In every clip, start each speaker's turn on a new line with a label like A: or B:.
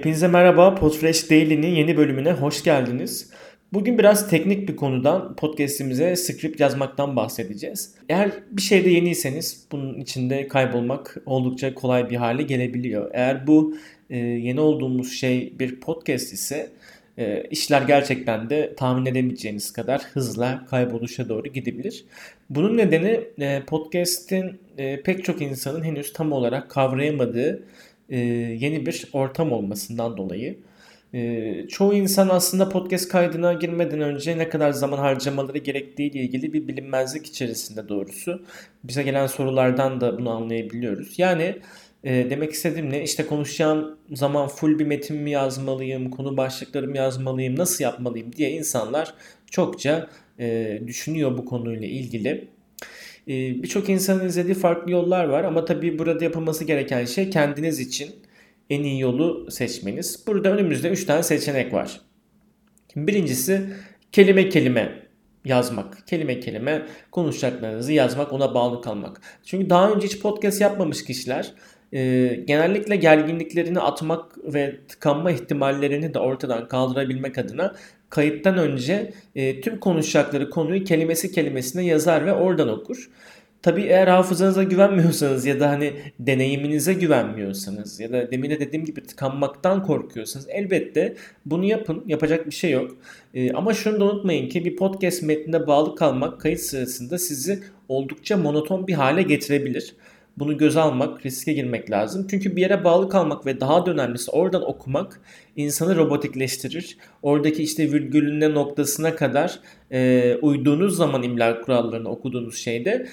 A: Hepinize merhaba. Podfresh Daily'nin yeni bölümüne hoş geldiniz. Bugün biraz teknik bir konudan podcast'imize script yazmaktan bahsedeceğiz. Eğer bir şeyde yeniyseniz bunun içinde kaybolmak oldukça kolay bir hale gelebiliyor. Eğer bu yeni olduğumuz şey bir podcast ise işler gerçekten de tahmin edemeyeceğiniz kadar hızla kayboluşa doğru gidebilir. Bunun nedeni podcast'in pek çok insanın henüz tam olarak kavrayamadığı yeni bir ortam olmasından dolayı. Çoğu insan aslında podcast kaydına girmeden önce ne kadar zaman harcamaları gerektiği ile ilgili bir bilinmezlik içerisinde doğrusu. Bize gelen sorulardan da bunu anlayabiliyoruz. Yani demek istediğim ne? İşte konuşacağım zaman full bir metin mi yazmalıyım, konu başlıklarımı yazmalıyım, nasıl yapmalıyım diye insanlar çokça düşünüyor bu konuyla ilgili. Birçok insanın izlediği farklı yollar var ama tabii burada yapılması gereken şey kendiniz için en iyi yolu seçmeniz. Burada önümüzde 3 tane seçenek var. Birincisi kelime kelime yazmak. Kelime kelime konuşacaklarınızı yazmak, ona bağlı kalmak. Çünkü daha önce hiç podcast yapmamış kişiler genellikle gerginliklerini atmak ve tıkanma ihtimallerini de ortadan kaldırabilmek adına kayıttan önce tüm konuşacakları konuyu kelimesi kelimesine yazar ve oradan okur. Tabii eğer hafızanıza güvenmiyorsanız ya da hani deneyiminize güvenmiyorsanız ya da demin de dediğim gibi tıkanmaktan korkuyorsanız elbette bunu yapın. Yapacak bir şey yok. Ama şunu da unutmayın ki bir podcast metnine bağlı kalmak kayıt sırasında sizi oldukça monoton bir hale getirebilir. Bunu göze almak, riske girmek lazım. Çünkü bir yere bağlı kalmak ve daha da önemlisi oradan okumak insanı robotikleştirir. Oradaki işte virgülüne noktasına kadar uyduğunuz zaman imla kurallarını okuduğunuz şeyde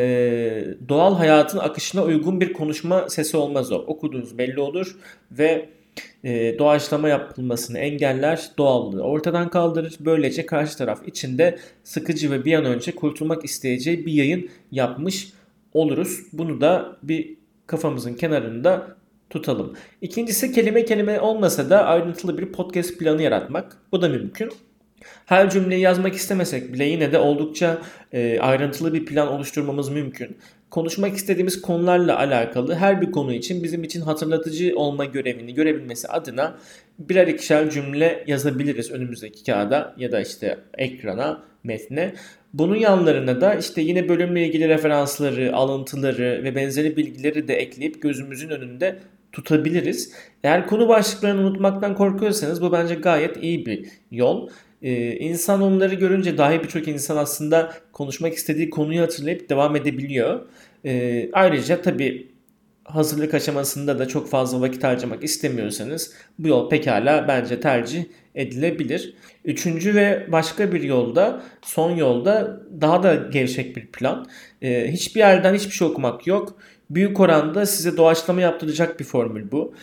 A: doğal hayatın akışına uygun bir konuşma sesi olmaz o. Okuduğunuz belli olur ve doğaçlama yapılmasını engeller, doğallığı ortadan kaldırır. Böylece karşı taraf içinde sıkıcı ve bir an önce kurtulmak isteyeceği bir yayın yapmış oluruz. Bunu da bir kafamızın kenarında tutalım. İkincisi kelime kelime olmasa da ayrıntılı bir podcast planı yaratmak. Bu da mümkün. Her cümleyi yazmak istemesek bile yine de oldukça ayrıntılı bir plan oluşturmamız mümkün. Konuşmak istediğimiz konularla alakalı her bir konu için bizim için hatırlatıcı olma görevini görebilmesi adına birer ikişer cümle yazabiliriz önümüzdeki kağıda ya da işte ekrana, metne. Bunun yanlarına da işte yine bölümle ilgili referansları, alıntıları ve benzeri bilgileri de ekleyip gözümüzün önünde tutabiliriz. Eğer konu başlıklarını unutmaktan korkuyorsanız bu bence gayet iyi bir yol. İnsan onları görünce dahi birçok insan aslında konuşmak istediği konuyu hatırlayıp devam edebiliyor. Ayrıca tabii hazırlık aşamasında da çok fazla vakit harcamak istemiyorsanız bu yol pekala bence tercih edilebilir. Üçüncü ve başka bir yolda, son yolda daha da gevşek bir plan. Hiçbir yerden hiçbir şey okumak yok. Büyük oranda size doğaçlama yaptıracak bir formül bu.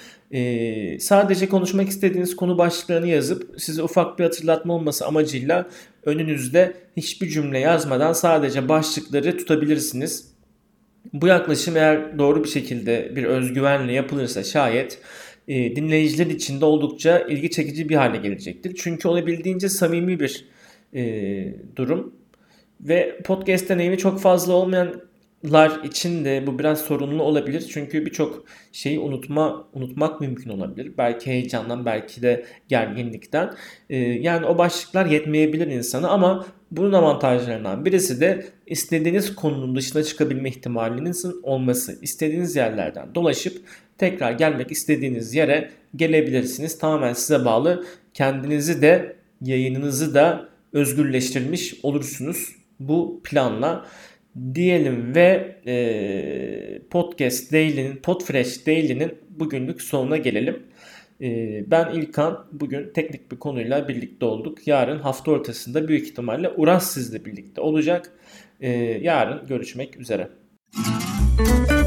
A: Sadece konuşmak istediğiniz konu başlıklarını yazıp size ufak bir hatırlatma olması amacıyla önünüzde hiçbir cümle yazmadan sadece başlıkları tutabilirsiniz. Bu yaklaşım eğer doğru bir şekilde bir özgüvenle yapılırsa şayet dinleyiciler için de oldukça ilgi çekici bir hale gelecektir. Çünkü olabildiğince samimi bir durum ve podcast deneyimi çok fazla olmayanlar için de bu biraz sorunlu olabilir. Çünkü birçok şeyi unutmak mümkün olabilir. Belki heyecandan, belki de gerginlikten. Yani o başlıklar yetmeyebilir insana ama bunun avantajlarından birisi de istediğiniz konunun dışına çıkabilme ihtimalinizin olması. İstediğiniz yerlerden dolaşıp tekrar gelmek istediğiniz yere gelebilirsiniz. Tamamen size bağlı. Kendinizi de yayınınızı da özgürleştirmiş olursunuz bu planla diyelim ve Podfresh Daily'nin bugünlük sonuna gelelim. Ben İlkan, bugün teknik bir konuyla birlikte olduk. Yarın hafta ortasında büyük ihtimalle Uras sizle birlikte olacak. Yarın görüşmek üzere.